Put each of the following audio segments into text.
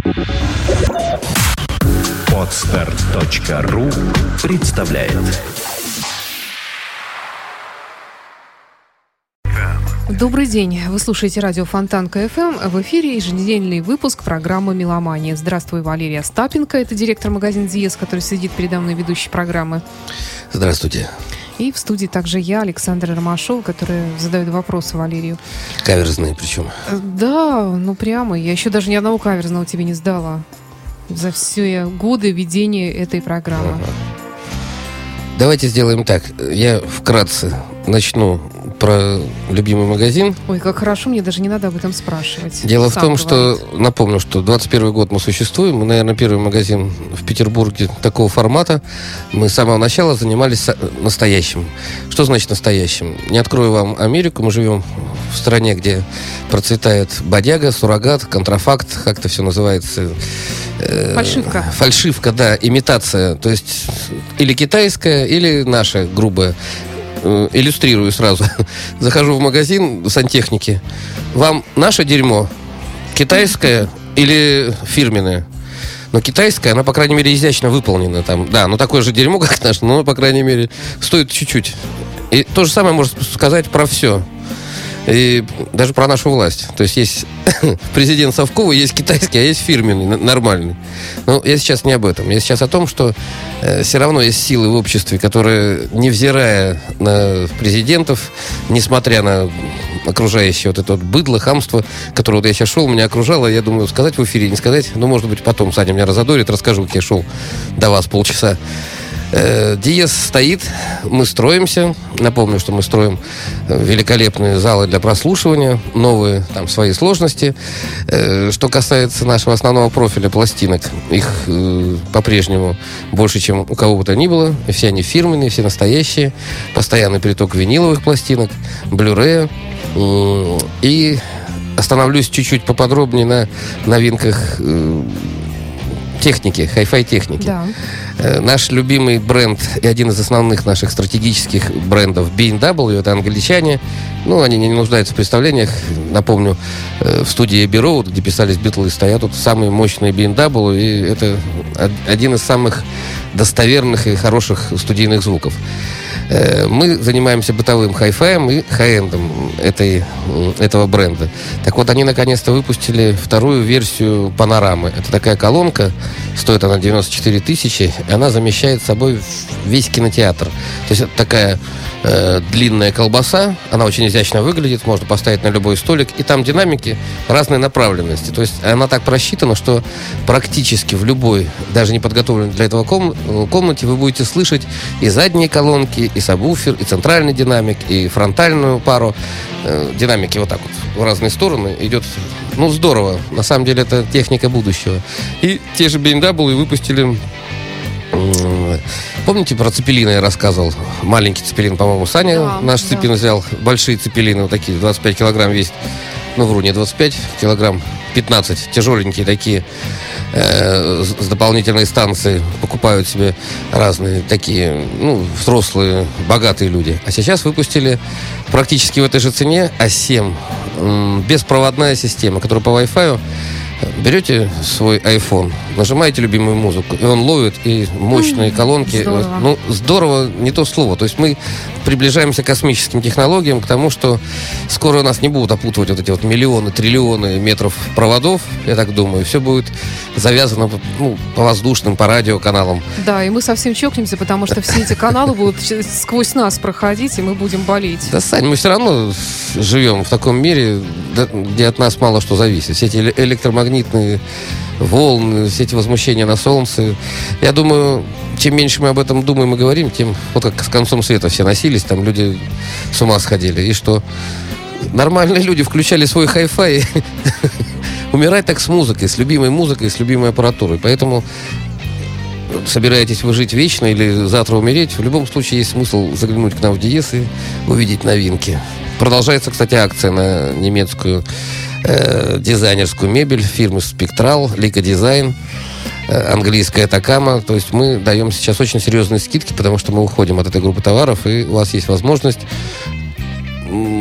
Podster.ru представляет. Добрый день. Вы слушаете радио Фонтанка ФМ. В эфире еженедельный выпуск программы «Меломания». Здравствуй, Валерий Остапенко. Это директор магазина «Диез», который сидит передо мной, ведущий программы. Здравствуйте. И в студии также я, Александра Ромашова, которая задает вопросы Валерию. Каверзные причем. Да, ну прямо. Я еще даже ни одного каверзного тебе не сдала за все годы ведения этой программы. Давайте сделаем так. Я вкратце начну про любимый магазин. Ой, как хорошо, мне даже не надо об этом спрашивать. Дело в том, что, напомню, что 21 год мы существуем. Мы, наверное, первый магазин в Петербурге такого формата. Мы с самого начала занимались настоящим. Что значит настоящим? Не открою вам Америку. Мы живем в стране, где процветает бодяга, суррогат, контрафакт, как это все называется. Фальшивка. Фальшивка, да, имитация. То есть или китайская, или наша грубая. Иллюстрирую сразу. Захожу в магазин сантехники. Вам наше дерьмо китайское или фирменное? Но китайская, она, по крайней мере, изящно выполнена. Там, да, ну такое же дерьмо, как наше, но, по крайней мере, стоит чуть-чуть. И то же самое можно сказать про все. И даже про нашу власть. То есть президент Совкова, есть китайский, а есть фирменный, нормальный. Но я сейчас не об этом. Я сейчас о том, что все равно есть силы в обществе, которые, невзирая на президентов, несмотря на окружающее вот это вот быдло, хамство, которое вот я сейчас шел, меня окружало, я думаю, сказать в эфире, не сказать. Ну, может быть, потом Саня меня разодорит, расскажу, как я шел до вас полчаса. Диез стоит, мы строимся. Напомню, что мы строим великолепные залы для прослушивания, новые там свои сложности. Что касается нашего основного профиля пластинок, их по-прежнему больше, чем у кого бы то ни было. Все они фирменные, все настоящие. Постоянный приток виниловых пластинок, блю-рея. И остановлюсь чуть-чуть поподробнее на новинках техники, хай-фай техники. Да. Наш любимый бренд и один из основных наших стратегических брендов B&W, это англичане. Ну, они не нуждаются в представлениях. Напомню, в студии Abbey Road, где писались Битлы, стоят тут самые мощные B&W, и это один из самых достоверных и хороших студийных звуков. Мы занимаемся бытовым хай-фаем и хай-эндом этого бренда. Так вот, они наконец-то выпустили вторую версию панорамы. Это такая колонка, стоит она 94 тысячи, и она замещает собой весь кинотеатр. То есть это такая длинная колбаса, она очень изящно выглядит, можно поставить на любой столик, и там динамики разной направленности. То есть она так просчитана, что практически в любой, даже не подготовленной для этого комнате, вы будете слышать и задние колонки, и сабвуфер, и центральный динамик, и фронтальную пару. Динамики вот так вот в разные стороны идет. Ну, здорово. На самом деле это техника будущего. И те же B&W выпустили. Помните, про цепелины я рассказывал? Маленький цепелин, по-моему, Саня наш цепелин взял. Большие цепелины, вот такие, 25 килограмм весят. Ну, вру, не 25 килограмм, 15. Тяжеленькие такие, с дополнительной станции. Покупают себе разные такие, ну, взрослые, богатые люди. А сейчас выпустили практически в этой же цене А7. Беспроводная система, которая по Wi-Fi. Берете свой iPhone, нажимаете любимую музыку, и он ловит, и мощные колонки. Здорово. Ну, здорово, не то слово. То есть мы приближаемся к космическим технологиям, к тому, что скоро нас не будут опутывать вот эти вот миллионы, триллионы метров проводов, я так думаю. Все будет завязано, ну, по воздушным, по радиоканалам. Да, и мы совсем чокнемся, потому что все эти каналы будут сквозь нас проходить, и мы будем болеть. Да, Сань, мы все равно живем в таком мире, где от нас мало что зависит. Все эти электромагнитные волны, все эти возмущения на солнце. Я думаю, чем меньше мы об этом думаем и говорим, тем, вот как с концом света все носились, там люди с ума сходили. И что нормальные люди включали свой хай-фай. Умирать так с музыкой, с любимой музыкой, с любимой аппаратурой. Поэтому собираетесь вы жить вечно или завтра умереть, в любом случае есть смысл заглянуть к нам в Диез и увидеть новинки. Продолжается, кстати, акция на немецкую дизайнерскую мебель фирмы Spectral, Leica Design, английская Такама. То есть мы даем сейчас очень серьезные скидки, потому что мы уходим от этой группы товаров, и у вас есть возможность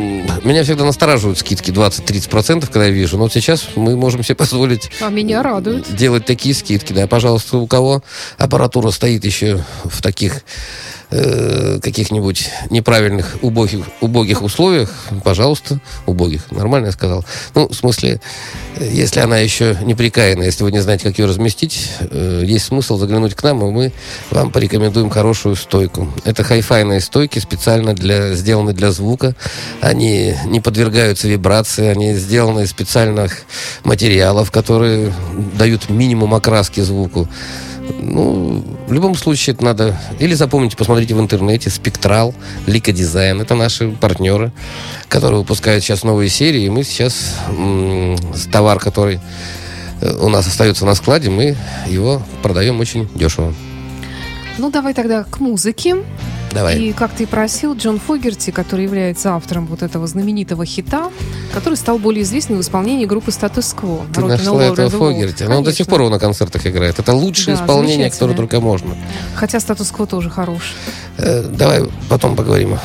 Меня всегда настораживают скидки 20-30%, когда я вижу. Но вот сейчас мы можем себе позволить... А меня радует. Делать такие скидки. Да, пожалуйста, у кого аппаратура стоит еще в таких каких-нибудь неправильных, убогих условиях, пожалуйста, убогих. Нормально я сказал? Ну, в смысле, если она еще неприкаянная, если вы не знаете, как ее разместить, есть смысл заглянуть к нам, и мы вам порекомендуем хорошую стойку. Это хай-файные стойки, специально сделаны для звука. Они не подвергаются вибрации, они сделаны из специальных материалов, которые дают минимум окраски звуку. Ну, в любом случае, это надо... Или запомните, посмотрите в интернете. Спектрал, Лика Дизайн. Это наши партнеры, которые выпускают сейчас новые серии. И мы сейчас товар, который у нас остается на складе, мы его продаем очень дешево. Ну, давай тогда к музыке. Давай. И, как ты и просил, Джон Фогерти, который является автором вот этого знаменитого хита, который стал более известным в исполнении группы «Статус Кво». Ты нашла этого Фогерти. Но он до сих пор на концертах играет. Это лучшее исполнение, которое только можно. Хотя «Статус Кво» тоже хорош. Давай потом поговорим.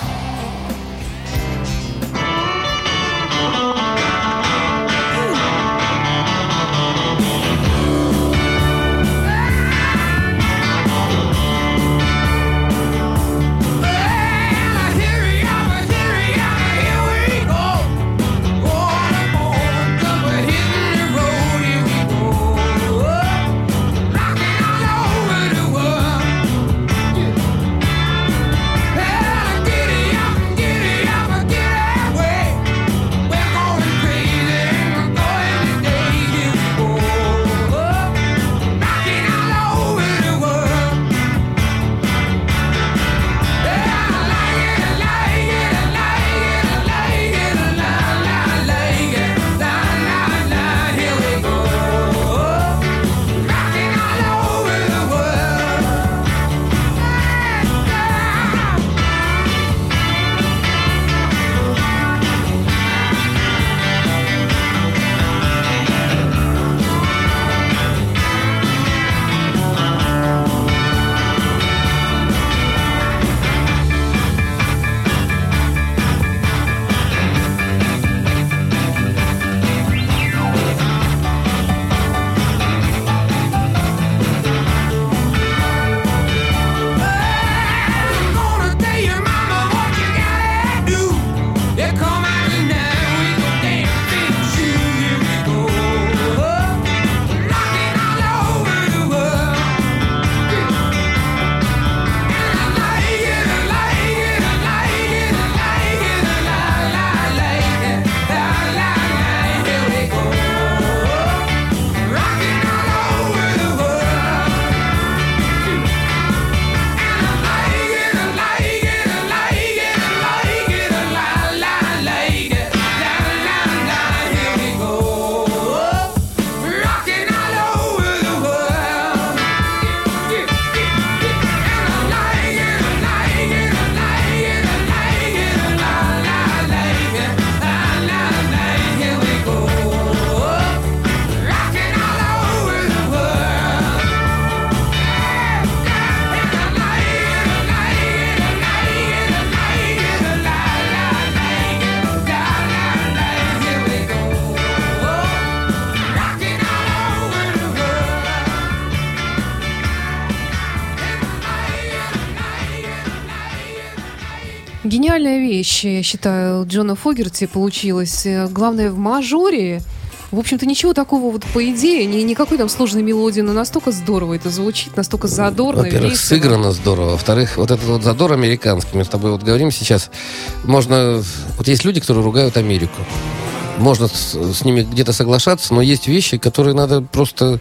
Гениальная вещь, я считаю, Джона Фогерти получилась. Главное, в мажоре, в общем-то, ничего такого вот по идее, никакой там сложной мелодии, но настолько здорово это звучит, настолько задорно. Во-первых, весело. Сыграно здорово. Во-вторых, вот этот вот задор американский, мы с тобой вот говорим сейчас, можно... Вот есть люди, которые ругают Америку. Можно с ними где-то соглашаться, но есть вещи, которые надо просто...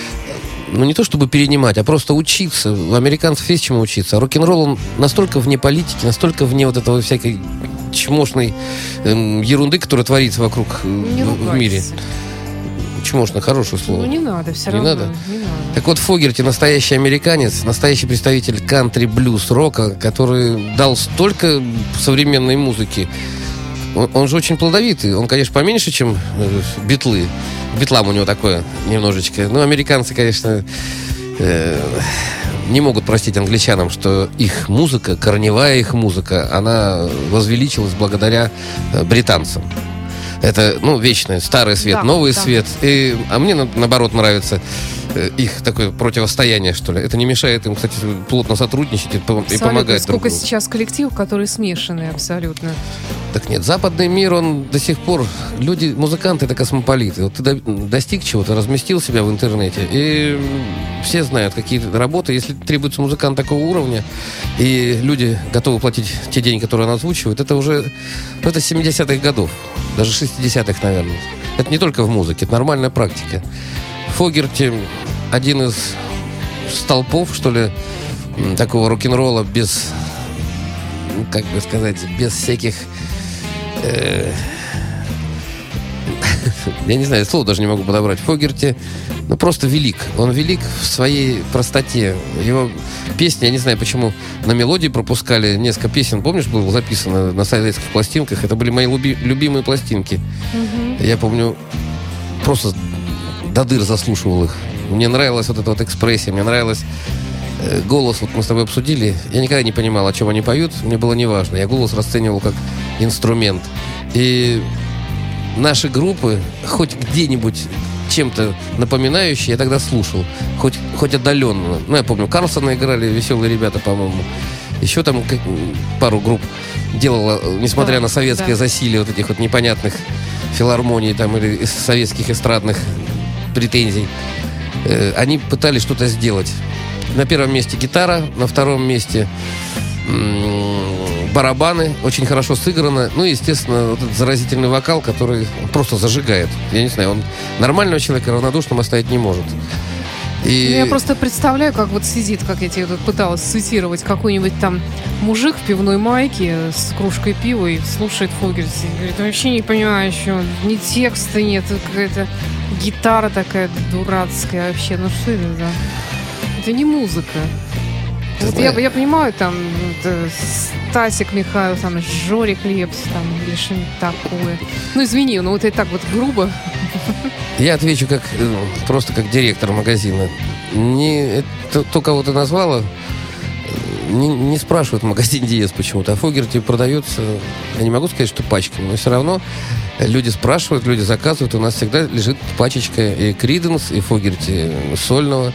Ну, не то чтобы перенимать, а просто учиться. У американцев есть чему учиться. А рок-н-ролл, он настолько вне политики, настолько вне вот этого всякой чмошной ерунды, которая творится вокруг в мире. Чмошно, хорошее слово. Ну, не надо, все не равно. Надо? Не надо. Так вот, Фогерти настоящий американец, настоящий представитель кантри-блюз-рока, который дал столько современной музыки. Он же очень плодовитый. Он, конечно, поменьше, чем Битлы. Битлам у него такое немножечко. Ну, американцы, конечно, не могут простить англичанам, что их музыка, корневая их музыка, она возвеличилась благодаря британцам. Это, вечный старый свет, Да, новый да. свет. А мне, наоборот, нравится их такое противостояние, что ли. Это не мешает им, кстати, плотно сотрудничать и помогать друг Сколько другу. сейчас коллективов, которые смешанные абсолютно. Так нет, западный мир, он до сих пор... Люди, музыканты, это космополиты. Вот ты достиг чего-то, разместил себя в интернете, и все знают, какие работы. Если требуется музыкант такого уровня, и люди готовы платить те деньги, которые он озвучивает, это уже... Это 70-х годов, даже 60-х, наверное. Это не только в музыке, это нормальная практика. Фогерти один из столпов, что ли, такого рок-н-ролла без... как бы сказать, без всяких... я не знаю, слово даже не могу подобрать. Фогерти, просто велик. Он велик в своей простоте. Его песни, я не знаю, почему на мелодии пропускали несколько песен. Помнишь, было записано на советских пластинках? Это были мои любимые пластинки. Я помню, просто до дыр заслушивал их. Мне нравилась вот эта вот экспрессия, мне нравилась голос, вот мы с тобой обсудили. Я никогда не понимал, о чем они поют. Мне было неважно. Я голос расценивал как инструмент. И наши группы, хоть где-нибудь чем-то напоминающие, я тогда слушал. Хоть отдаленно. Я помню, Карлсона играли «Веселые ребята», по-моему. Еще там пару групп делала, несмотря на советское засилие вот этих вот непонятных филармоний там, или советских эстрадных претензий. Они пытались что-то сделать. На первом месте гитара, на втором месте барабаны, очень хорошо сыграно. Естественно, вот этот заразительный вокал, который просто зажигает. Я не знаю, он нормального человека равнодушным оставить не может. Я просто представляю, как вот сидит, как я тебе тут пыталась цитировать, какой-нибудь там мужик в пивной майке с кружкой пива и слушает Фогерти. Говорит, вообще не понимаю еще, ни текста нет, какая-то гитара такая дурацкая вообще. Что это за... Это не музыка. Вот я понимаю, там Стасик Михайлов, там Жорик Лепс, там или что-нибудь такое. Извини, вот это так вот грубо. Я отвечу просто как директор магазина. То, кого ты назвала, не спрашивают в магазине Диез почему-то. А Фогерти продается, я не могу сказать, что пачками, но все равно люди спрашивают, люди заказывают. У нас всегда лежит пачечка и Криденс, и Фогерти сольного.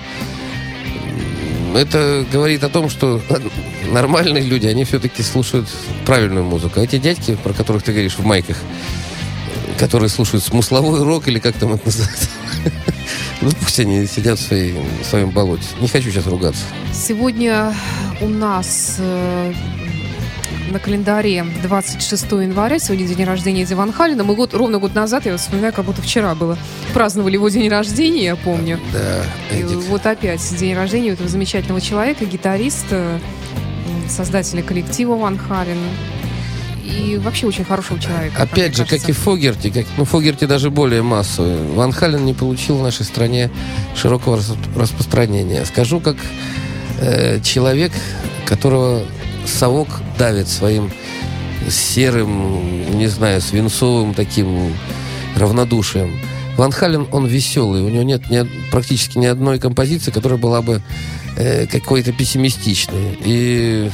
Это говорит о том, что нормальные люди, они все-таки слушают правильную музыку. А эти дядьки, про которых ты говоришь в майках, которые слушают смысловой рок, или как там это называется, пусть они сидят в своем болоте. Не хочу сейчас ругаться. Сегодня у нас на календаре 26 января, сегодня день рождения Эдди Ван Халена. Мы ровно год назад, я вспоминаю, как будто вчера было, праздновали его день рождения, я помню. Да, и вот опять день рождения этого замечательного человека, гитариста, создателя коллектива Ван Хален. И вообще очень хорошего человека. Опять же, как и Фогерти, Фогерти даже более массовый. Ван Хален не получил в нашей стране широкого распространения. Скажу, как человек, которого совок давит своим серым, не знаю, свинцовым таким равнодушием. Ван Хален, он веселый. У него нет практически ни одной композиции, которая была бы какой-то пессимистичной. И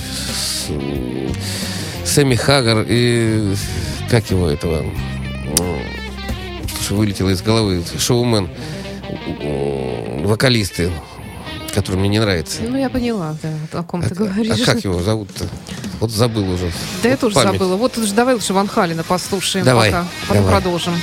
Сэмми Хаггар, и как его этого вылетело из головы, шоумен, вокалисты, который мне не нравится. Я поняла, да, о ком ты говоришь. А как его зовут-то? Вот забыл уже. Да я тоже забыла. Вот давай лучше Ван Халена послушаем. Давай. Потом продолжим.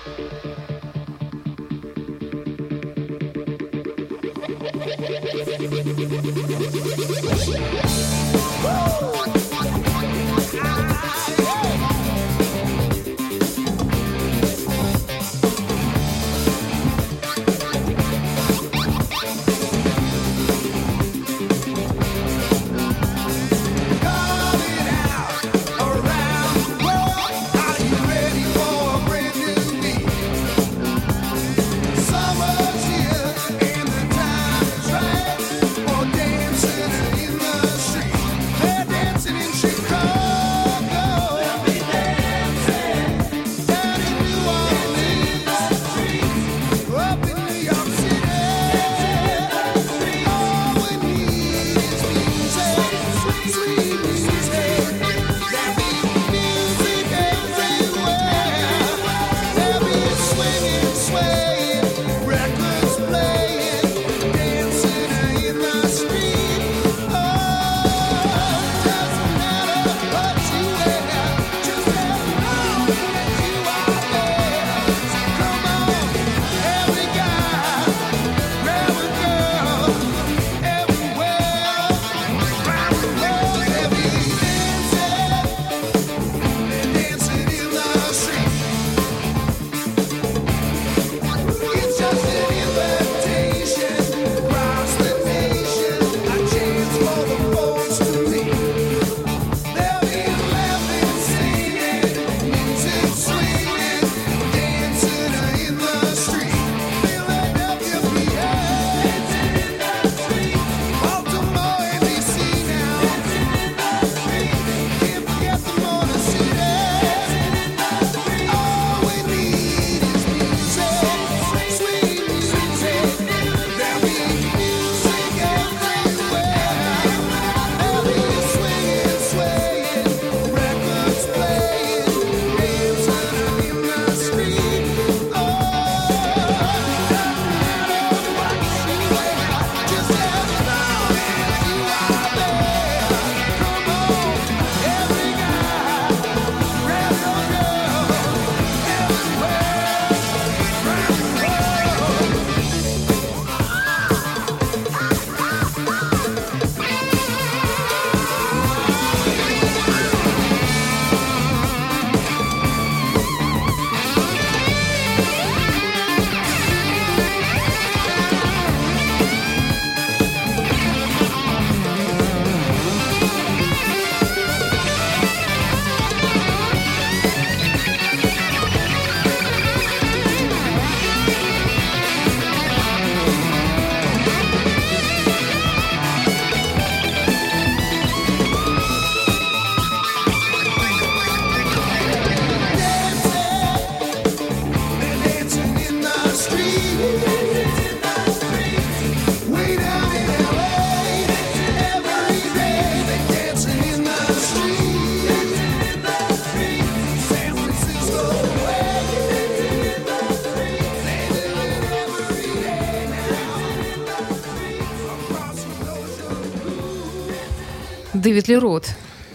Дэвид Ли Рот.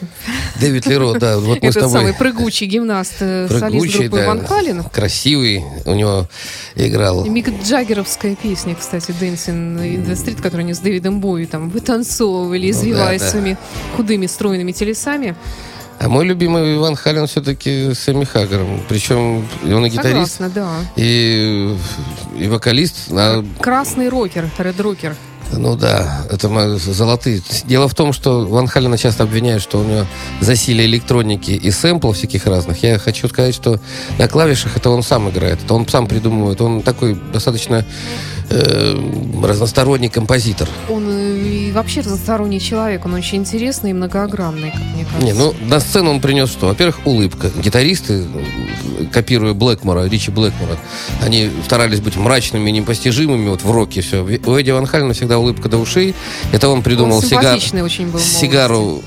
Дэвид Ли Рот, да. Вот мы Этот с тобой... самый прыгучий гимнаст, солист группы да, Ван Хален. Красивый, у него играл. Мик Джаггеровская песня, кстати, «Dancing in the Street», которую они с Дэвидом Боуи там вытанцовывали, извиваясь своими худыми стройными телесами. А мой любимый Ван Хален все-таки Сэмми Хаггером. Причем он и гитарист, согласна, да. и вокалист. Красный рокер, ред-рокер. Ну да, это золотые. Дело в том, что Ван Халена часто обвиняют, что у него засилие электроники и сэмплов всяких разных. Я хочу сказать, что на клавишах это он сам играет, это он сам придумывает. Он такой достаточно разносторонний композитор. Он и вообще разносторонний человек. Он очень интересный и многогранный, как мне кажется. Не, ну на сцену он принес что? Во-первых, улыбка. Гитаристы, копируя Блэкмора, Ричи Блэкмора, они старались быть мрачными и непостижимыми. Вот в роке все. У Эдди Ван Халена всегда улыбка до ушей. Это он придумал очень был сигару.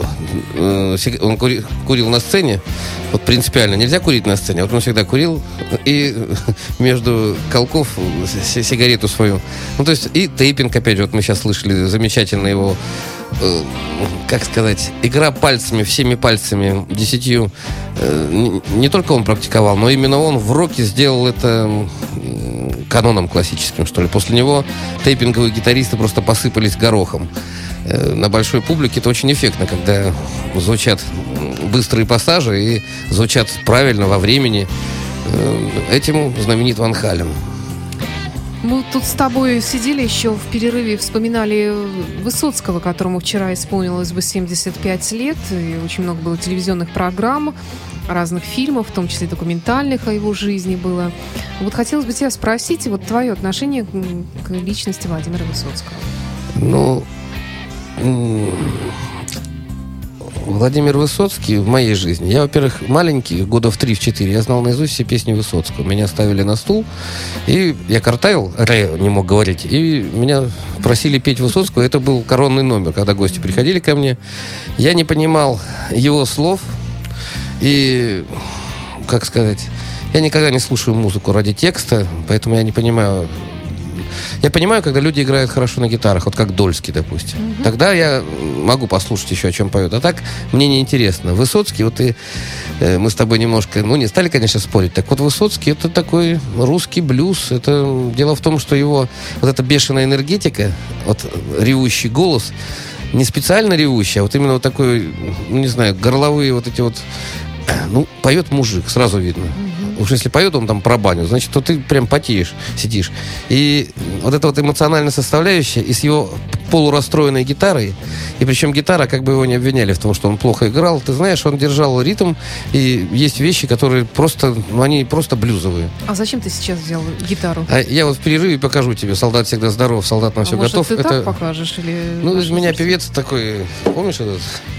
Он курил на сцене. Вот принципиально нельзя курить на сцене. Вот он всегда курил и между колков сигарету свою. Ну, то есть, и тейпинг, опять же, вот мы сейчас слышали замечательно его как сказать, игра пальцами, всеми пальцами, 10, не только он практиковал, но именно он в роке сделал это каноном классическим, что ли. После него тейпинговые гитаристы просто посыпались горохом. На большой публике это очень эффектно, когда звучат быстрые пассажи и звучат правильно во времени. Этим знаменит Ван Хален. Мы тут с тобой сидели еще в перерыве, вспоминали Высоцкого, которому вчера исполнилось бы 75 лет. И очень много было телевизионных программ, разных фильмов, в том числе документальных о его жизни было. Вот хотелось бы тебя спросить, вот твое отношение к личности Владимира Высоцкого. Ну, Владимир Высоцкий в моей жизни. Я, во-первых, маленький, года в 3-4, я знал наизусть все песни Высоцкого. Меня ставили на стул, и я картавил, не мог говорить, и меня просили петь Высоцкого. Это был коронный номер, когда гости приходили ко мне. Я не понимал его слов, и, как сказать, я никогда не слушаю музыку ради текста, поэтому я не понимаю. Я понимаю, когда люди играют хорошо на гитарах, вот как Дольский, допустим. Тогда я могу послушать еще, о чем поют. А так мне неинтересно. Высоцкий, вот мы с тобой немножко, не стали, конечно, спорить. Так вот, Высоцкий — это такой русский блюз. Это дело в том, что его вот эта бешеная энергетика, вот ревущий голос, не специально ревущий, а вот именно вот такой, не знаю, горловые вот эти вот... поет мужик, сразу видно. Уж если поет он там про баню, значит, то ты прям потеешь, сидишь. И вот эта вот эмоциональная составляющая, и с его полурастроенной гитарой, и причем гитара, как бы его не обвиняли в том, что он плохо играл, ты знаешь, он держал ритм, и есть вещи, которые просто, они просто блюзовые. А зачем ты сейчас взял гитару? А я вот в перерыве покажу тебе «Солдат всегда здоров, солдат на все готов». Может, ты так покажешь? Или из меня певец такой, помнишь этот...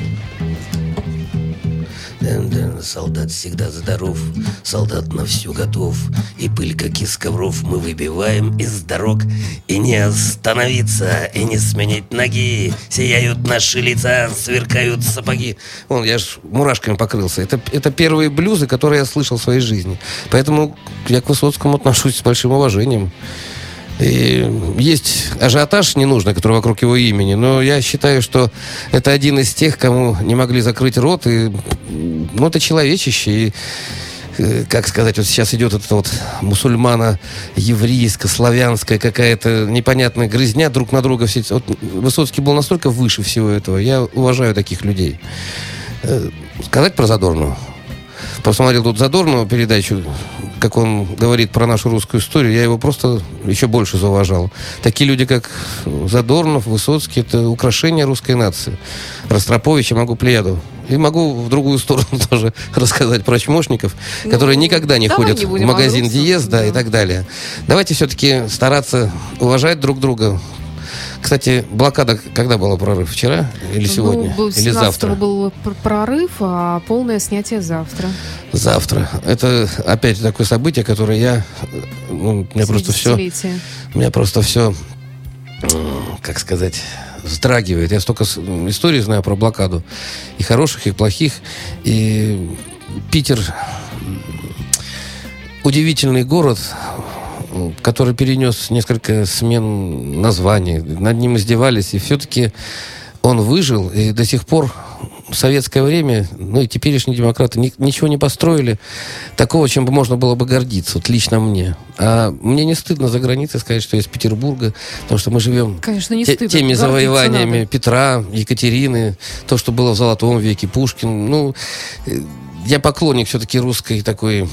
Солдат всегда здоров, солдат на всю готов, и пыль, как из ковров, мы выбиваем из дорог. И не остановиться, и не сменить ноги, сияют наши лица, сверкают сапоги. Я ж мурашками покрылся. Это первые блюзы, которые я слышал в своей жизни. Поэтому я к Высоцкому отношусь с большим уважением. И есть ажиотаж ненужный, который вокруг его имени, но я считаю, что это один из тех, кому не могли закрыть рот, и это человечище, и, как сказать, вот сейчас идет эта вот мусульмано-еврейская, славянская какая-то непонятная грызня друг на друга. Вот Высоцкий был настолько выше всего этого, я уважаю таких людей. Сказать про Задорнова? Посмотрел тут Задорнова передачу, как он говорит про нашу русскую историю, я его просто еще больше зауважал. Такие люди, как Задорнов, Высоцкий, это украшение русской нации. Ростроповича могу Плеяду. И могу в другую сторону тоже рассказать про чмошников, которые никогда не ходят в магазин «Диез», и так далее. Давайте все-таки стараться уважать друг друга. Кстати, блокада когда была, прорыв? Вчера или сегодня? Или завтра? Был прорыв, а полное снятие завтра. Завтра. Это опять такое событие, которое у меня просто все, как сказать, вздрагивает. Я столько историй знаю про блокаду. И хороших, и плохих. И Питер удивительный город, который перенес несколько смен названий. Над ним издевались, и все-таки он выжил, и до сих пор в советское время, и теперешние демократы ничего не построили такого, чем бы можно было бы гордиться, вот лично мне. А мне не стыдно за границей сказать, что я из Петербурга, потому что мы живем теми завоеваниями надо. Петра, Екатерины, то, что было в Золотом веке, Пушкин. Я поклонник все-таки русской такой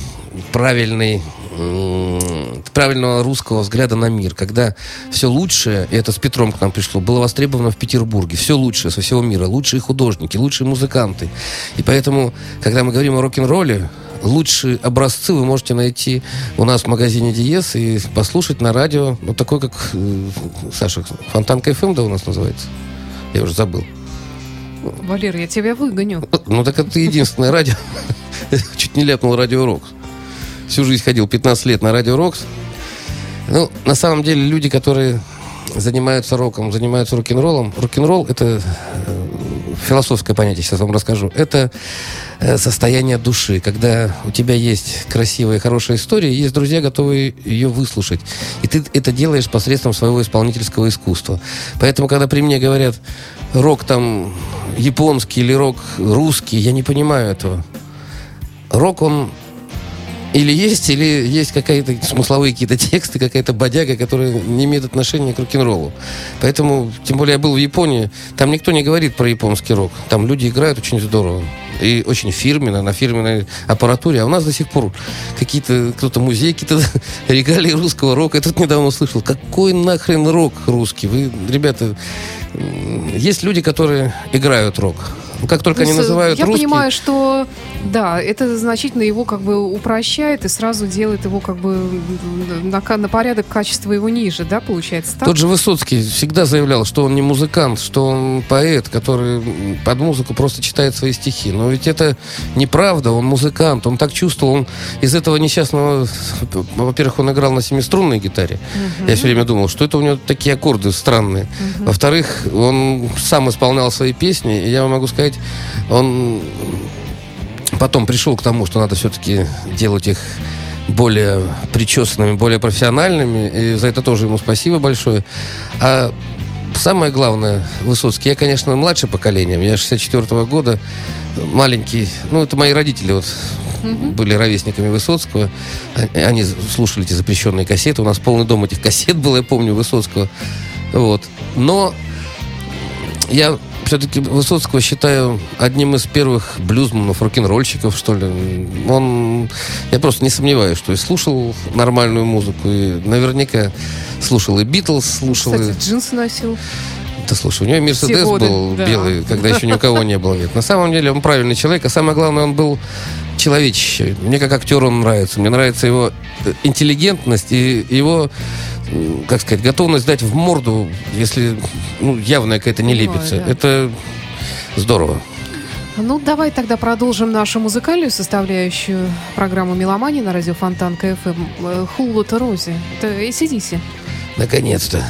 правильного русского взгляда на мир, когда все лучшее, и это с Петром к нам пришло, было востребовано в Петербурге. Все лучшее со всего мира, лучшие художники, лучшие музыканты. И поэтому, когда мы говорим о рок-н-ролле, лучшие образцы вы можете найти у нас в магазине «Диез» и послушать на радио, такой, как, Саша, Фонтанка ФМ, да, у нас называется? Я уже забыл. Валер, я тебя выгоню. Так это единственное радио. Чуть не ляпнул «Радио Рокс». Всю жизнь ходил, 15 лет на «Радио Рокс». На самом деле, люди, которые занимаются роком, занимаются рок-н-роллом, рок-н-ролл — это философское понятие, сейчас вам расскажу. Это состояние души, когда у тебя есть красивая, хорошая история, и есть друзья, готовые ее выслушать. И ты это делаешь посредством своего исполнительского искусства. Поэтому, когда при мне говорят рок там японский или рок русский, я не понимаю этого. Рок, он или есть какие-то смысловые какие-то тексты, какая-то бодяга, которая не имеет отношения к рок-н-роллу. Поэтому, тем более, я был в Японии, там никто не говорит про японский рок. Там люди играют очень здорово. И очень фирменно, на фирменной аппаратуре. А у нас до сих пор кто-то музей, какие-то регалии русского рока. Я тут недавно услышал, какой нахрен рок русский? Вы, ребята, есть люди, которые играют рок. Как только они называют я русский... Я понимаю, что да, это значительно его как бы упрощает и сразу делает его как бы на порядок качества его ниже, да, получается так? Тот же Высоцкий всегда заявлял, что он не музыкант, что он поэт, который под музыку просто читает свои стихи. Но ведь это неправда, он музыкант, он так чувствовал, он из этого несчастного... Во-первых, он играл на семиструнной гитаре. Я все время думал, что это у него такие аккорды странные. Во-вторых, он сам исполнял свои песни, и я вам могу сказать, он потом пришел к тому, что надо все-таки делать их более причесанными, более профессиональными, и за это тоже ему спасибо большое. А самое главное, Высоцкий, я, конечно, младше поколением, я 64-го года, маленький, это мои родители были ровесниками Высоцкого, они слушали эти запрещенные кассеты, у нас полный дом этих кассет был, я помню, Высоцкого, но я все-таки Высоцкого считаю одним из первых блюзманов, рок-н-ролльщиков, что ли. Я просто не сомневаюсь, что и слушал нормальную музыку, и наверняка слушал и Битлз, слушал... Кстати, джинсы носил. Да, слушай, у него Мерседес был белый, когда еще ни у кого не было. Нет, на самом деле он правильный человек, а самое главное, он был человечище. Мне как актер он нравится. Мне нравится его интеллигентность и его... как сказать, готовность дать в морду, если явная какая-то нелепица. Да. Это здорово. Давай тогда продолжим нашу музыкальную составляющую программу «Меломания» на радио Фонтан КФМ. «Хулло-то Рози». Это AC/DC. Наконец-то.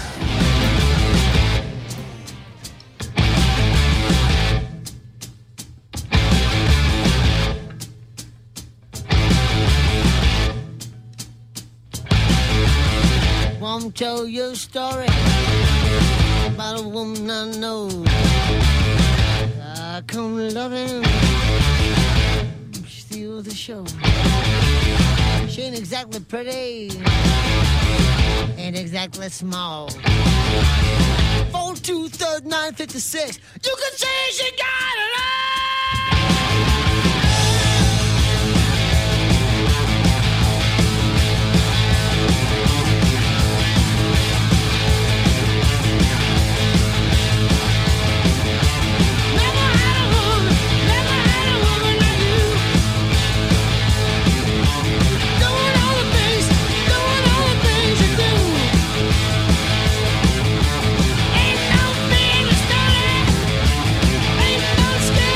Tell you a story about a woman I know. I come loving, steal the show. She ain't exactly pretty, ain't exactly small. 4, 2, 3, 9, 56. You can say she got it all. Scared.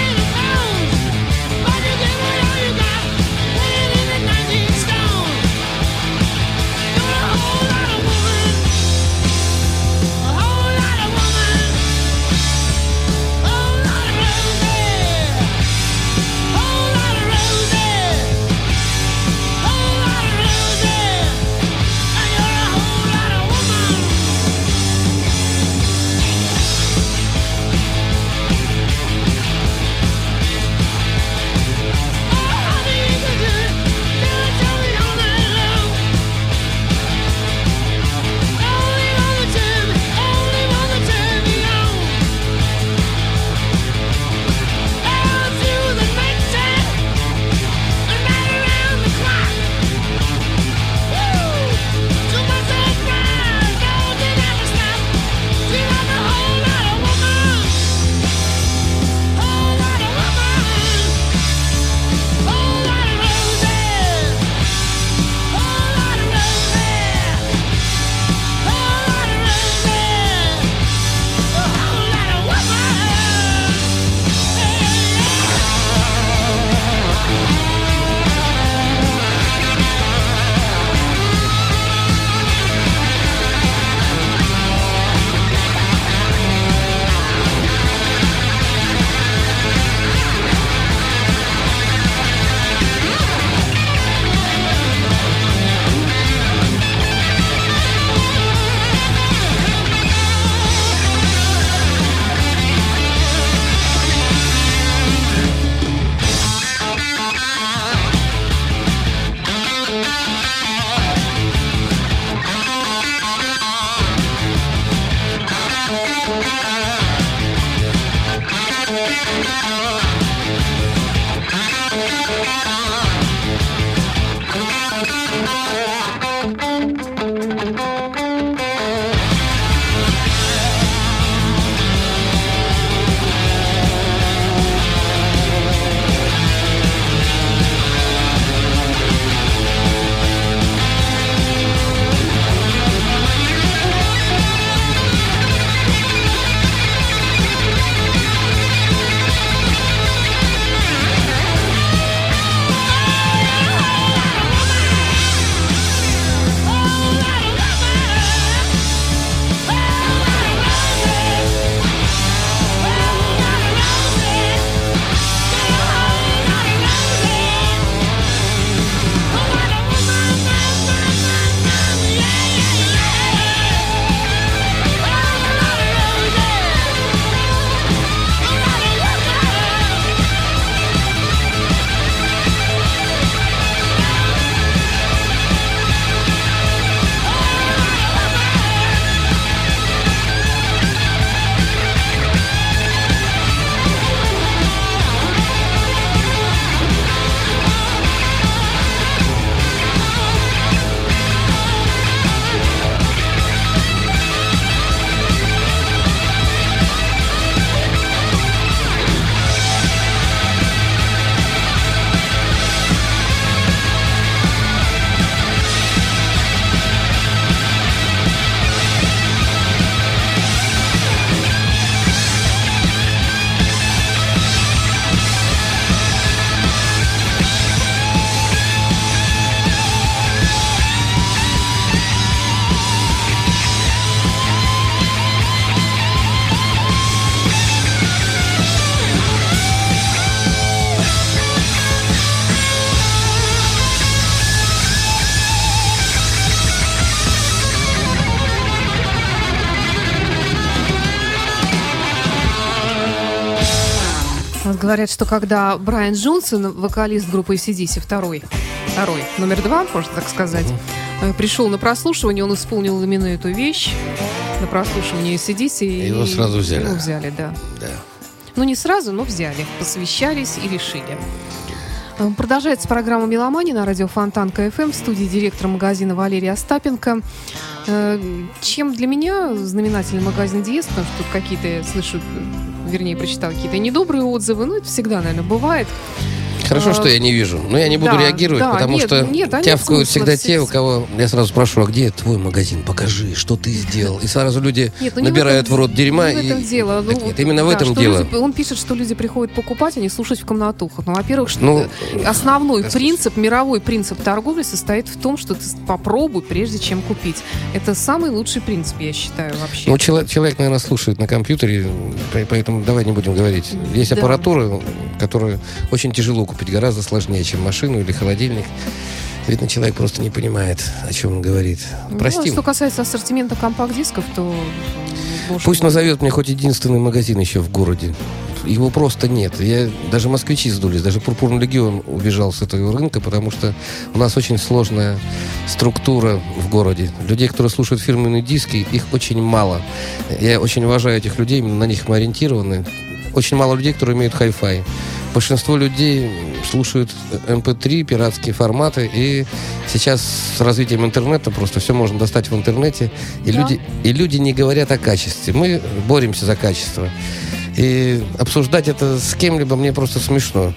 Говорят, что когда Брайан Джонсон, вокалист группы AC/DC, номер 2, можно так сказать, пришел на прослушивание, он исполнил именно эту вещь на прослушивание AC/DC. И его сразу взяли. Его взяли, да. Да. Ну, не сразу, но взяли, посвящались и решили. Продолжается программа «Меломания» на радио Фонтан КФМ. В студии директор магазина Валерия Остапенко. Чем для меня знаменательный магазин Диез, потому что тут какие-то, я слышу, вернее, прочитала какие-то недобрые отзывы. Ну, это всегда, наверное, бывает. Хорошо, что я не вижу. Но я не буду реагировать, потому что тявкают всегда те, у кого... Я сразу спрошу, а где твой магазин? Покажи, что ты сделал. И сразу люди набирают в рот дерьма. Не в этом дело. Нет, именно в этом дело. Он пишет, что люди приходят покупать, а не слушать в комнатухах. Ну, во-первых, основной принцип, мировой принцип торговли состоит в том, что ты попробуй, прежде чем купить. Это самый лучший принцип, я считаю, вообще. Ну, человек, наверное, слушает на компьютере, поэтому давай не будем говорить. Есть аппаратура, которую очень тяжело купить, гораздо сложнее, чем машину или холодильник. Видно, человек просто не понимает, о чем он говорит. Простим. Что касается ассортимента компакт-дисков, то... Пусть назовет мне хоть единственный магазин еще в городе. Его просто нет. Даже москвичи сдулись, даже Пурпурный легион убежал с этого рынка, потому что у нас очень сложная структура в городе. Людей, которые слушают фирменные диски, их очень мало. Я очень уважаю этих людей, именно на них мы ориентированы. Очень мало людей, которые имеют хай-фай. Большинство людей слушают MP3, пиратские форматы, и сейчас с развитием интернета просто все можно достать в интернете, и люди не говорят о качестве. Мы боремся за качество. И обсуждать это с кем-либо мне просто смешно.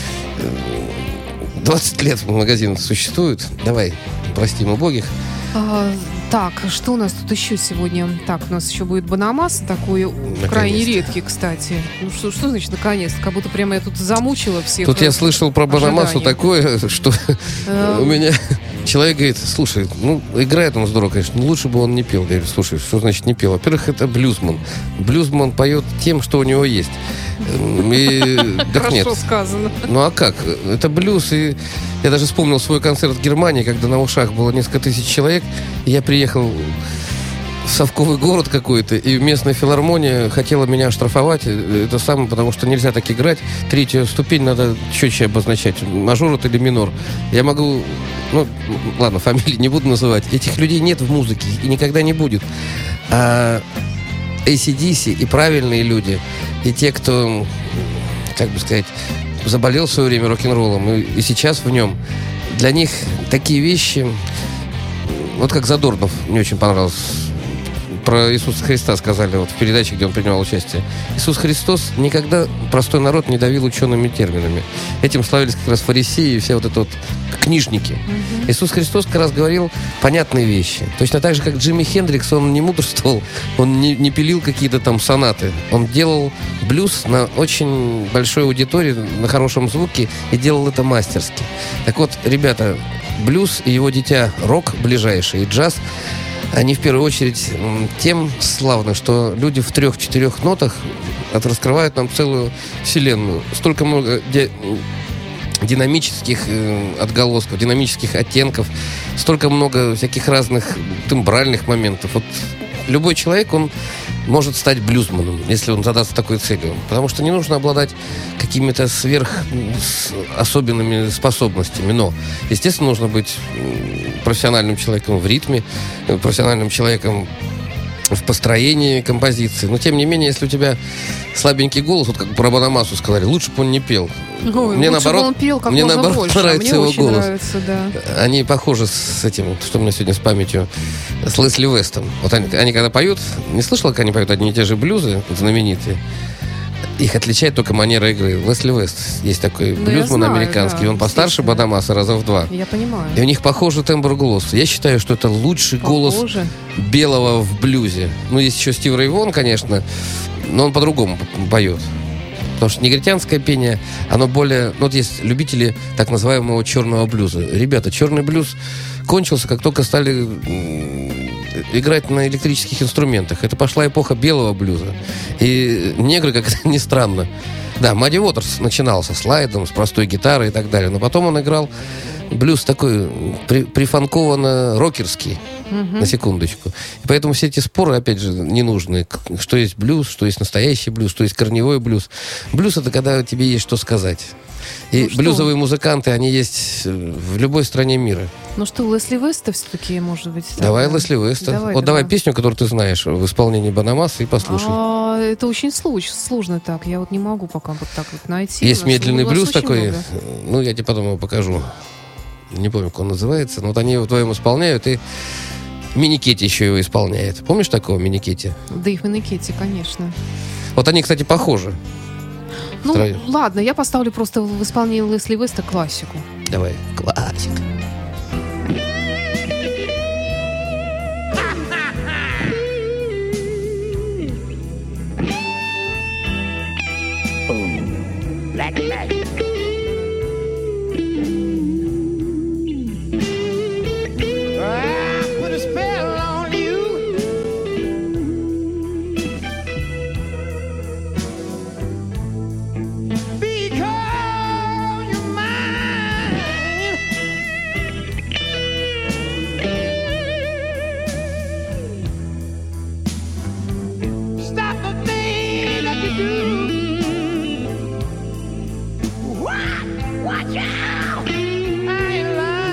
20 лет магазин существует. Давай, простим убогих. Так, что у нас тут еще сегодня? Так, у нас еще будет Банамас, такой крайне редкий, кстати. Ну, что значит наконец-то? Как будто прямо я тут замучила всех. Тут я слышал про Банамасу такое, что у меня человек говорит, слушай, играет он здорово, конечно, но лучше бы он не пел. Я говорю, слушай, что значит не пел? Во-первых, это блюзман. Блюзман поет тем, что у него есть. Хорошо сказано. Ну а как? Это блюз, и я даже вспомнил свой концерт в Германии, когда на ушах было несколько тысяч человек, и я приехал в совковый город какой-то, и местная филармония хотела меня оштрафовать. Это самое, потому что нельзя так играть. Третью ступень надо четче обозначать. Мажор это или минор. Я могу... ладно, фамилии не буду называть. Этих людей нет в музыке и никогда не будет. А AC/DC и правильные люди, и те, кто, как бы сказать, заболел в свое время рок-н-роллом и сейчас в нем, для них такие вещи, вот как Задорнов, мне очень понравилось, про Иисуса Христа сказали в передаче, где он принимал участие. Иисус Христос никогда простой народ не давил учеными терминами. Этим славились как раз фарисеи и все вот это вот книжники. Иисус Христос как раз говорил понятные вещи. Точно так же, как Джимми Хендрикс, он не мудрствовал, он не пилил какие-то там сонаты. Он делал блюз на очень большой аудитории, на хорошем звуке, и делал это мастерски. Так вот, ребята, блюз и его дитя рок ближайший, и джаз, они в первую очередь тем славны, что люди в 3-4 нотах раскрывают нам целую вселенную. Столько много динамических отголосков, динамических оттенков, столько много всяких разных тембральных моментов. Вот любой человек, он может стать блюзманом, если он задастся такой целью. Потому что не нужно обладать какими-то особенными способностями. Но, естественно, нужно быть профессиональным человеком в ритме, профессиональным человеком в построении композиции. Но, тем не менее, если у тебя слабенький голос, вот как про Банамасу сказали, лучше бы он не пел. Мне наоборот нравится его голос. Нравится, да. Они похожи с этим, что у меня сегодня с памятью, с Лесли Вестом. Вот они когда поют, не слышала, как они поют одни и те же блюзы, знаменитые. Их отличает только манера игры. Лесли Вест есть такой блюзман американский. Да, он постарше Банамаса раза в 2. Я понимаю. И у них похожий тембр голоса. Я считаю, что это лучший голос белого в блюзе. Есть еще Стив Рэй Вон, конечно, но он по-другому поет. Потому что негритянское пение, оно более... Вот есть любители так называемого черного блюза. Ребята, черный блюз кончился, как только стали играть на электрических инструментах. Это пошла эпоха белого блюза. И негры, как это ни странно, Да, Мадди Уотерс начинал со слайдом, с простой гитарой и так далее. Но потом он играл блюз такой прифанкованно-рокерский, на секундочку. И поэтому все эти споры, опять же, не нужны. Что есть блюз, что есть настоящий блюз, что есть корневой блюз. Блюз — это когда тебе есть что сказать. И блюзовые музыканты, они есть в любой стране мира. Ну что, Лесли Веста все-таки, может быть? Давай Лесли Веста. Давай песню, которую ты знаешь в исполнении Банамаса, и послушай. Это очень сложно так. Я вот не могу пока вот так вот найти. Есть медленный блюз такой. Ну, я тебе потом его покажу. Не помню, как он называется. Но вот они его вдвоем исполняют, и Миникетти еще его исполняет. Помнишь такого Миникетти? Дэйв Миникетти, конечно. Вот они, кстати, похожи. Ну, ладно, я поставлю просто в исполнении Лесли Веста классику. Давай, классик. Black magic. I put a spell on you. Because you're mine. Stop the thing that you do. Watch out! I ain't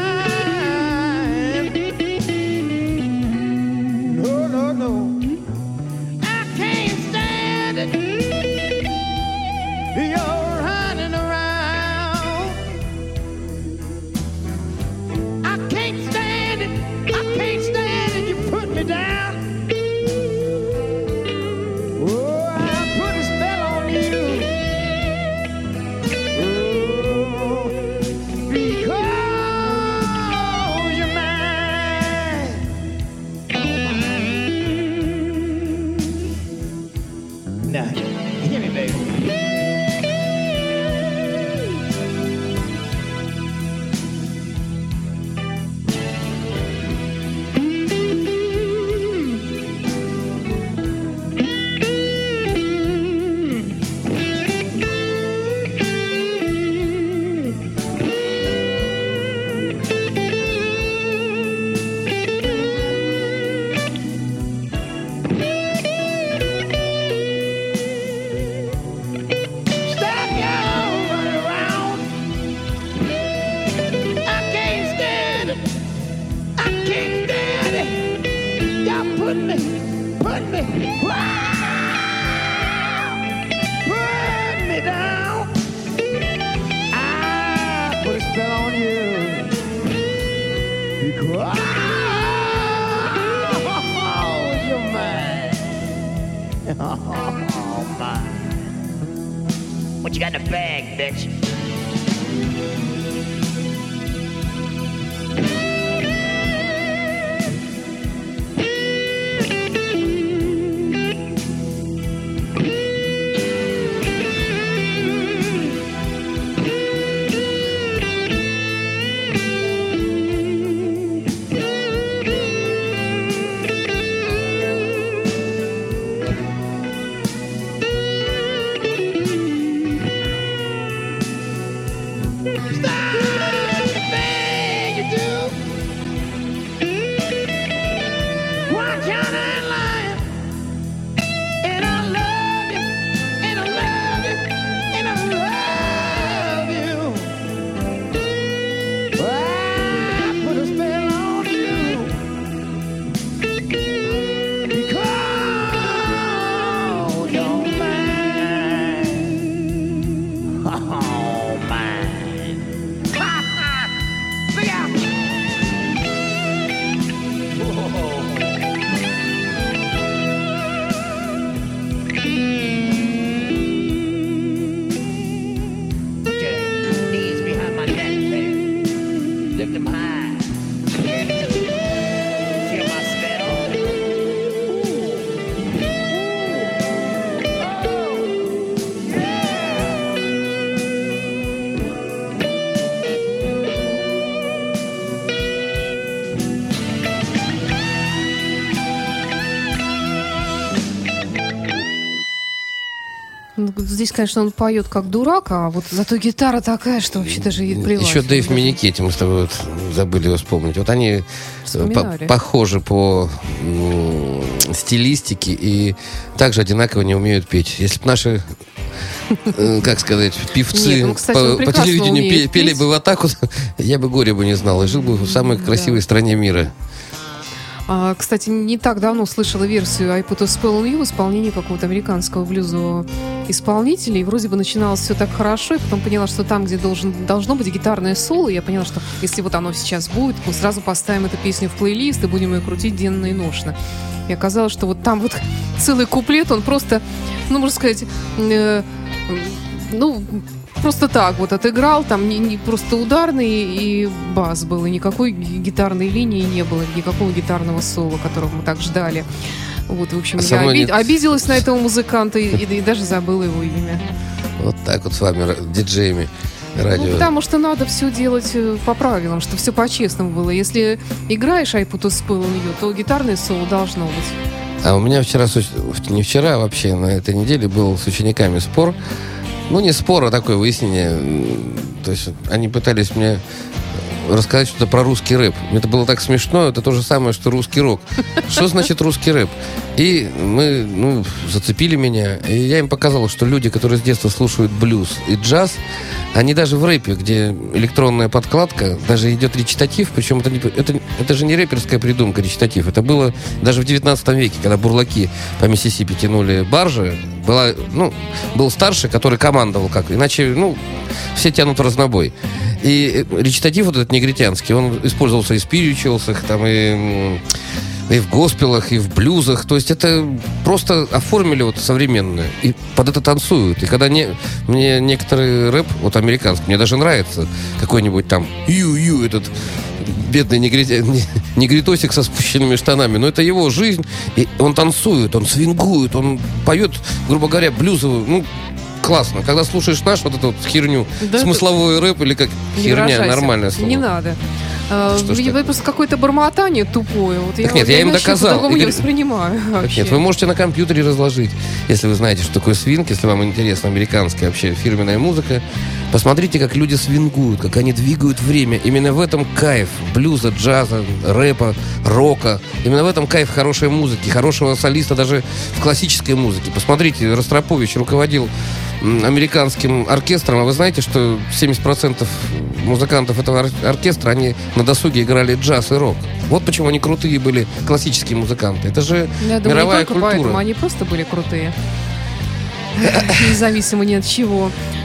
lying. No. I can't stand it. You're running around. I can't stand it. You put me down. Oh, I put a spell on you. Oh, my. What you got in the bag, bitch? здесь, конечно, он поет как дурак, а вот зато гитара такая, что вообще даже и плевать. Еще Дэйв Миникетти, мы с тобой вот забыли его вспомнить. Вот они похожи по стилистике и также одинаково не умеют петь. Если бы наши, как сказать, певцы по телевидению пели бы в атаку, я бы горя бы не знал и жил бы в самой красивой стране мира. Кстати, не так давно слышала версию I Put a Spell on You в исполнении какого-то американского блюзового исполнителя. И вроде бы начиналось все так хорошо. И потом поняла, что там, где должно быть гитарное соло, я поняла, что если вот оно сейчас будет, мы сразу поставим эту песню в плейлист и будем ее крутить денно и ношно. И оказалось, что вот там вот целый куплет, он просто, ну, можно сказать, просто так вот отыграл, там не просто ударный и бас был, и никакой гитарной линии не было, никакого гитарного соло, которого мы так ждали. Вот, в общем, я обиделась на этого музыканта и даже забыла его имя. Вот так вот с вами, диджеями радио. Ну, потому что надо все делать по правилам, чтобы все по-честному было. Если играешь I Put a Spell on You, то гитарное соло должно быть. А у меня не вчера, а вообще на этой неделе был с учениками спор. Ну, не спор, а такое выяснение. То есть они пытались мне рассказать что-то про русский рэп. Это было так смешно, это то же самое, что русский рок. Что значит русский рэп? И мы, зацепили меня. И я им показал, что люди, которые с детства слушают блюз и джаз, они даже в рэпе, где электронная подкладка, даже идет речитатив, причем это же не рэперская придумка, речитатив. Это было даже в 19 веке, когда бурлаки по Миссисипи тянули баржи. Был старший, который командовал как. Иначе, все тянут в разнобой. И речитатив вот этот негритянский, он использовался и в спиричуалсах, там, и в госпелах, и в блюзах. То есть это просто оформили вот современное. И под это танцуют. И когда мне некоторый рэп, вот американский, мне даже нравится какой-нибудь там этот бедный негритосик со спущенными штанами. Но это его жизнь. И он танцует, он свингует, он поет, грубо говоря, блюзовую, классно. Когда слушаешь наш вот эту вот херню, смысловой рэп или как херня, нормальное слово. Не надо. Это просто какое-то бормотание тупое. Вот я им доказал. По-другому не воспринимаю. Нет, вы можете на компьютере разложить, если вы знаете, что такое свинг, если вам интересна американская вообще фирменная музыка. Посмотрите, как люди свингуют, как они двигают время. Именно в этом кайф блюза, джаза, рэпа, рока. Именно в этом кайф хорошей музыки, хорошего солиста даже в классической музыке. Посмотрите, Ростропович руководил американским оркестром, а вы знаете, что 70% музыкантов этого оркестра, они на досуге играли джаз и рок. Вот почему они крутые были, классические музыканты. Это же мировая культура. Поэтому они просто были крутые. Независимо ни от чего.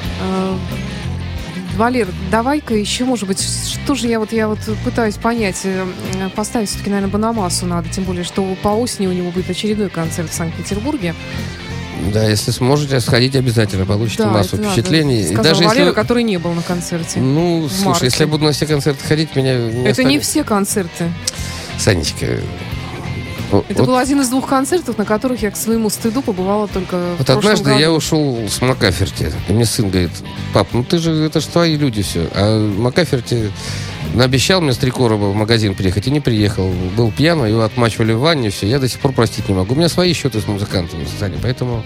Валер, давай-ка еще, может быть, что же я пытаюсь понять. Поставить все-таки, наверное, Бонамассу надо, тем более, что по осени у него будет очередной концерт в Санкт-Петербурге. Да, если сможете, сходить обязательно, получите массу впечатлений. Сказал даже Валера, который не был на концерте. Слушай, если я буду на все концерты ходить, меня это оставит. Не все концерты. Санечка. Это был один из 2 концертов, на которых я к своему стыду побывала только в прошлом однажды году. Я ушел с Макаферти. И мне сын говорит: пап, это же твои люди все. А Макаферти обещал мне с 3 короба в магазин приехать и не приехал. Был пьяный, его отмачивали в ванне, все. Я до сих пор простить не могу. У меня свои счеты с музыкантами, Саня, поэтому...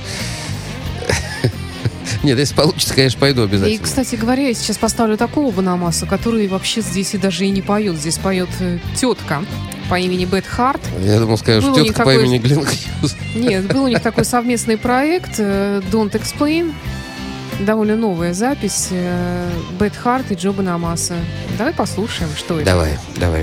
Нет, если получится, конечно, пойду обязательно. И, кстати говоря, я сейчас поставлю такого Бонамассу, который вообще здесь и даже и не поет. Здесь поет тетка по имени Бет Харт. Я думал, скажешь, тетка по имени Глен Хьюз. Нет, был у них такой совместный проект Don't Explain. Довольно новая запись. Бет Харт и Джо Бонамасса. Давай послушаем, что это. Давай.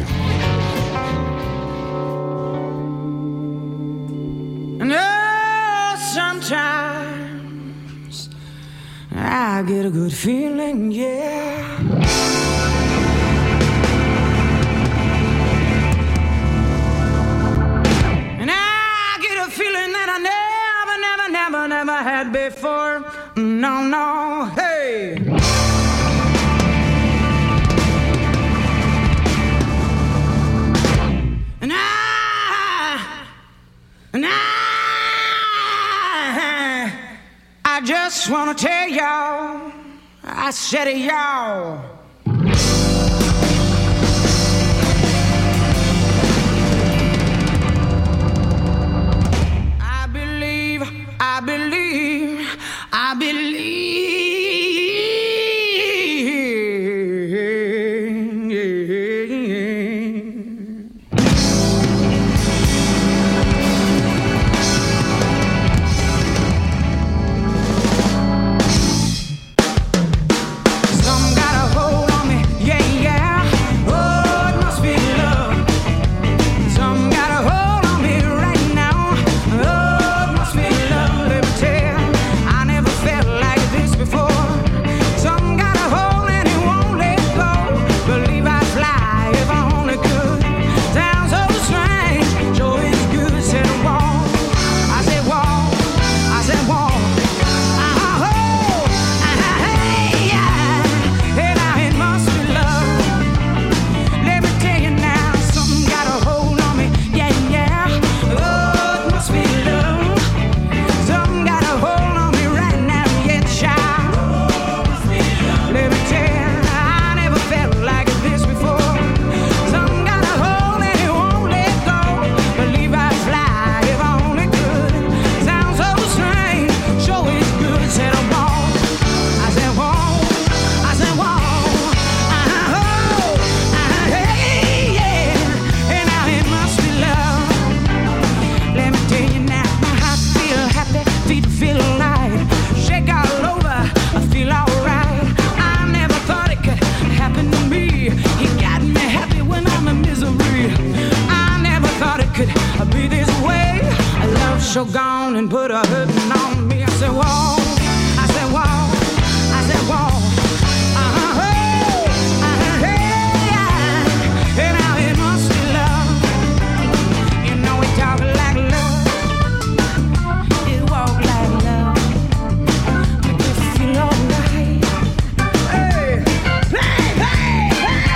Sometimes I get a good feeling, yeah. And I get a feeling that I never had before. No, hey. And I just wanna tell y'all, I said it, y'all. I believe you're gone and put a hurting on me. I said, whoa, I said, whoa, I said, whoa. And now it must be love. You know it talk like love. It walk like love. Make you feel alright. Hey, hey, hey,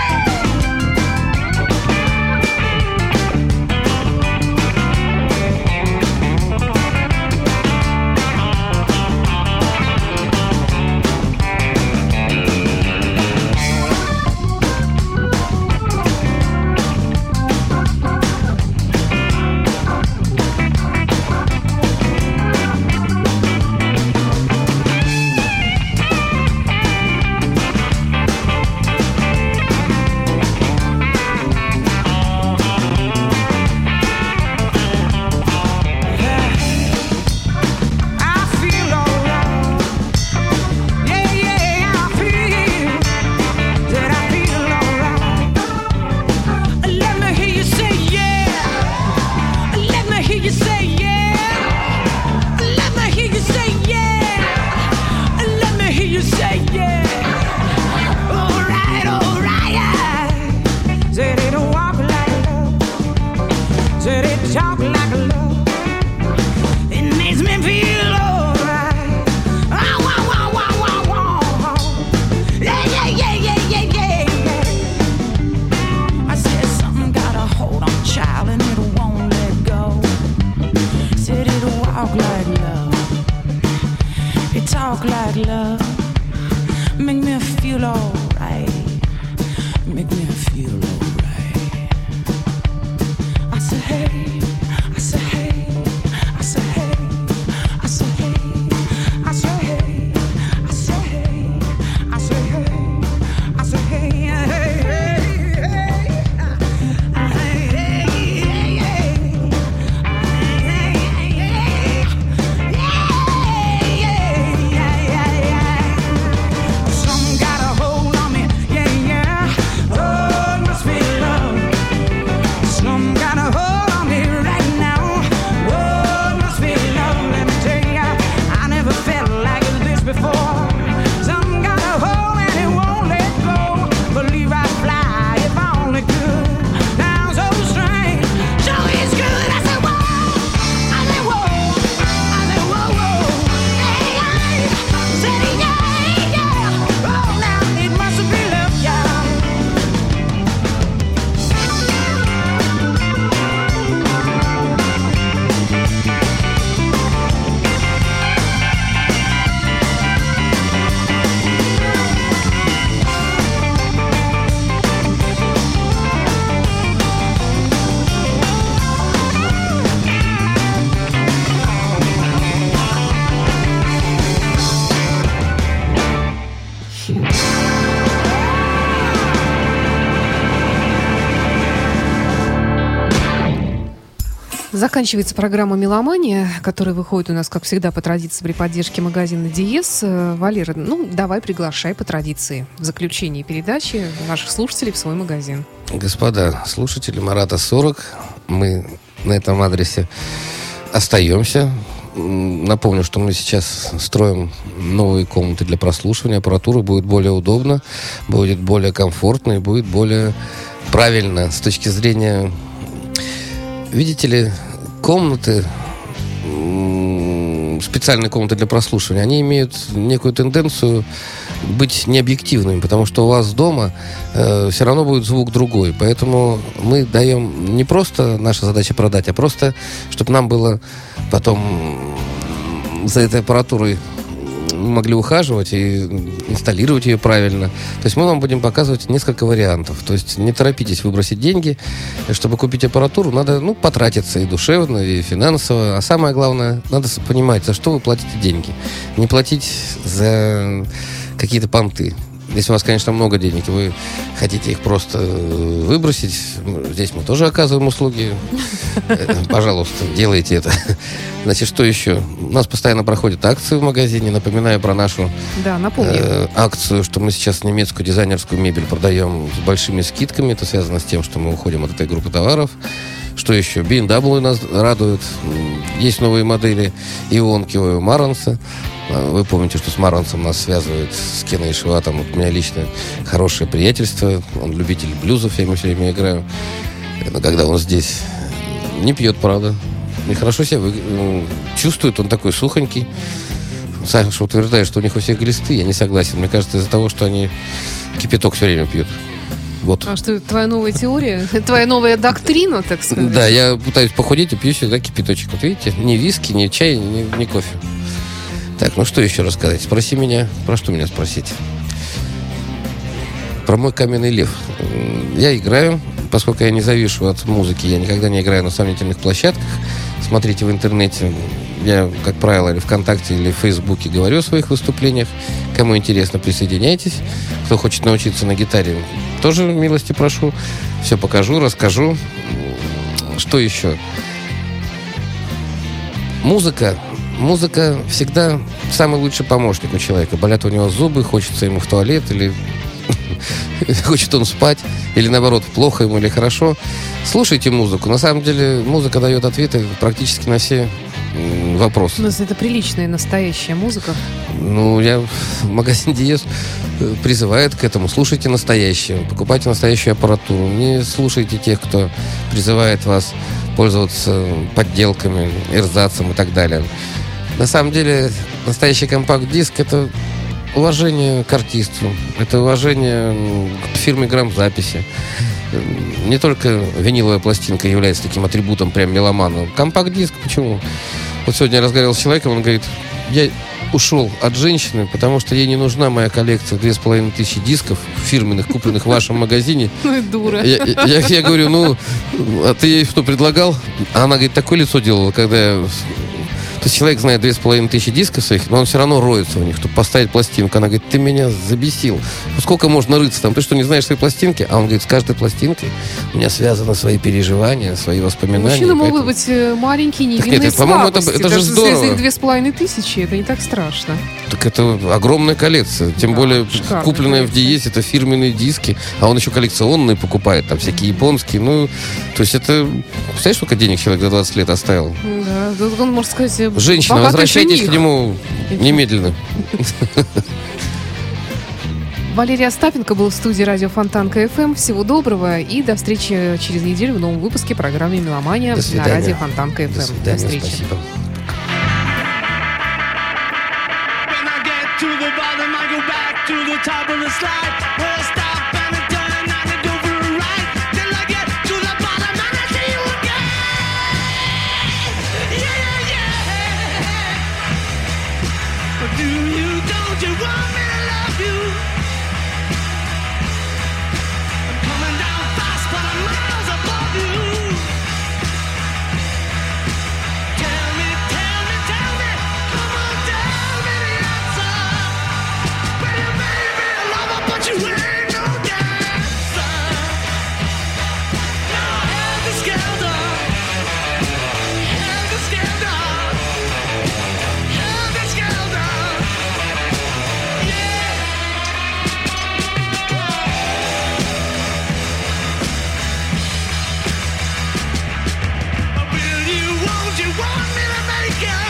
Заканчивается программа «Меломания», которая выходит у нас, как всегда, по традиции при поддержке магазина «Диез». Валера, давай приглашай по традиции в заключении передачи наших слушателей в свой магазин. Господа слушатели, Марата 40, мы на этом адресе остаемся. Напомню, что мы сейчас строим новые комнаты для прослушивания. Аппаратура будет более удобна, будет более комфортно и будет более правильно с точки зрения... Видите ли, комнаты, специальные комнаты для прослушивания, они имеют некую тенденцию быть необъективными, потому что у вас дома все равно будет звук другой. Поэтому мы даем не просто наша задача продать, а просто, чтобы нам было потом за этой аппаратурой могли ухаживать и инсталлировать ее правильно. То есть мы вам будем показывать несколько вариантов. То есть не торопитесь выбросить деньги. Чтобы купить аппаратуру, надо потратиться и душевно, и финансово. А самое главное, надо понимать, за что вы платите деньги. Не платить за какие-то понты. Если у вас, конечно, много денег, и вы хотите их просто выбросить, здесь мы тоже оказываем услуги. Пожалуйста, делайте это. Значит, что еще? У нас постоянно проходят акции в магазине. Напоминаю про нашу акцию, что мы сейчас немецкую дизайнерскую мебель продаем с большими скидками. Это связано с тем, что мы уходим от этой группы товаров. Что еще? BMW нас радует. Есть новые модели Ионки, Маранса. Вы помните, что с Маранцем нас связывает с Кеной Шиватом. Вот у меня лично хорошее приятельство. Он любитель блюзов, я ему все время играю. Но когда он здесь, не пьет, правда. И хорошо себя чувствует, он такой сухонький. Саша утверждает, что у них у всех глисты. Я не согласен. Мне кажется, из-за того, что они кипяток все время пьют. Вот. А что, твоя новая теория? Твоя новая доктрина, так сказать? Да, я пытаюсь похудеть и пью всегда кипяточек. Вот видите, ни виски, ни чай, ни кофе. Так, ну что еще рассказать? Спроси меня. Про что меня спросить? Про мой каменный лев. Я играю, поскольку я не завишу от музыки, я никогда не играю на сомнительных площадках. Смотрите в интернете. Я, как правило, или ВКонтакте, или в Фейсбуке говорю о своих выступлениях. Кому интересно, присоединяйтесь. Кто хочет научиться на гитаре, тоже милости прошу. Все покажу, расскажу. Что еще? Музыка. Музыка всегда самый лучший помощник у человека. Болят у него зубы, хочется ему в туалет, или хочет он спать, или наоборот, плохо ему или хорошо. Слушайте музыку. На самом деле музыка дает ответы практически на все вопросы. У нас это приличная, настоящая музыка. Ну, я в магазин Диез призывает к этому. Слушайте настоящее, покупайте настоящую аппаратуру. Не слушайте тех, кто призывает вас пользоваться подделками, эрзацем и так далее. На самом деле, настоящий компакт-диск — это уважение к артисту, это уважение к фирме грамзаписи. Не только виниловая пластинка является таким атрибутом прям меломана. Компакт-диск почему? Вот сегодня я разговаривал с человеком, он говорит: я ушел от женщины, потому что ей не нужна моя коллекция 2500 дисков фирменных, купленных в вашем магазине. Ну и дура. Я говорю, ну, а ты ей что, предлагал? А она, говорит, такое лицо делала, когда я... То есть человек знает 2500 дисков своих, но он все равно роется в них, чтобы поставить пластинку. Она говорит: ты меня забесил. Ну, сколько можно рыться там? Ты что, не знаешь свои пластинки? А он говорит: с каждой пластинкой у меня связаны свои переживания, свои воспоминания. Мужчины поэтому... могут быть маленькие, невинные нет, по-моему, это же даже здорово. Если их 2500, это не так страшно. Так это огромная коллекция. Тем более, шикарная купленная в коллекция. Диезе, это фирменные диски. А он еще коллекционные покупает, там всякие японские. Ну, то есть это... Представляешь, сколько денег человек за 20 лет оставил? Да, он, можно сказать, Женщина, богатый возвращайтесь жених. к нему немедленно. Валерий Остапенко был в студии радио Фонтан КФМ. Всего доброго и до встречи через неделю в новом выпуске программы «Меломания» До на свидания. радио Фонтан КФМ. До свидания, встречи. спасибо. When I get to the bottom, I go back to the top of the slide. Where I stop and I turn and I go for a ride. Till I get to the bottom and I see you again. Yeah, yeah. But do you, don't you want me to love you? I'm coming down fast, but I'm miles above you. Tell me, come on, tell me the answer. Well, you may be a lover, but you ain't no dancer. Now helter skelter, helter skelter, helter skelter. Yeah. Will you, won't you want me to make you?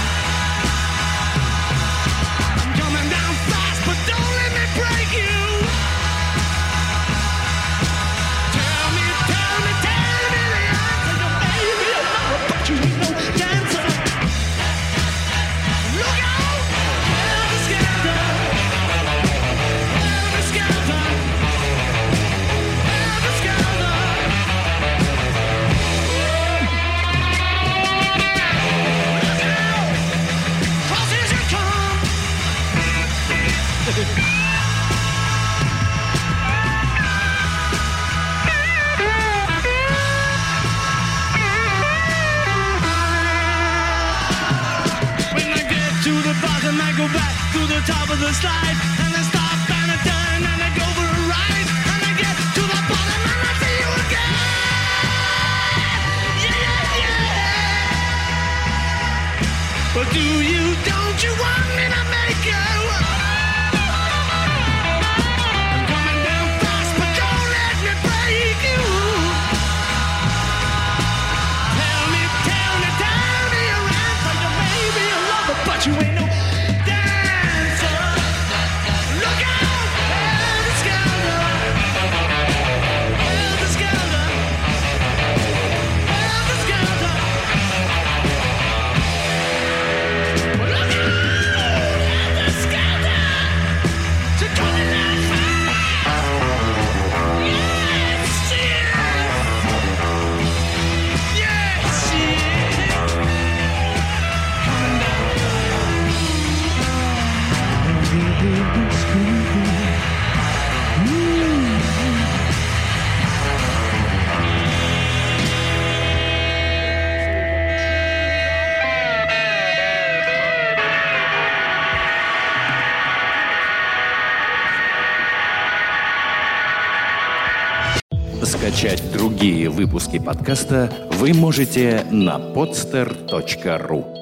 I'm coming down fast, but don't let me break you. Tell me the answer. Baby, I'm not, but you ain't no dancer. Look out, helter skelter, helter skelter, helter skelter. Crosses you come. When I get to the bottom, I go back to the top of the slide, and I stop and I turn and I go for a ride, and I get to the bottom and I see you again. Yeah, yeah. But do you, don't you want me to make you? I'm coming down fast, but don't let me break you. Скачать другие выпуски подкаста вы можете на podster.ru.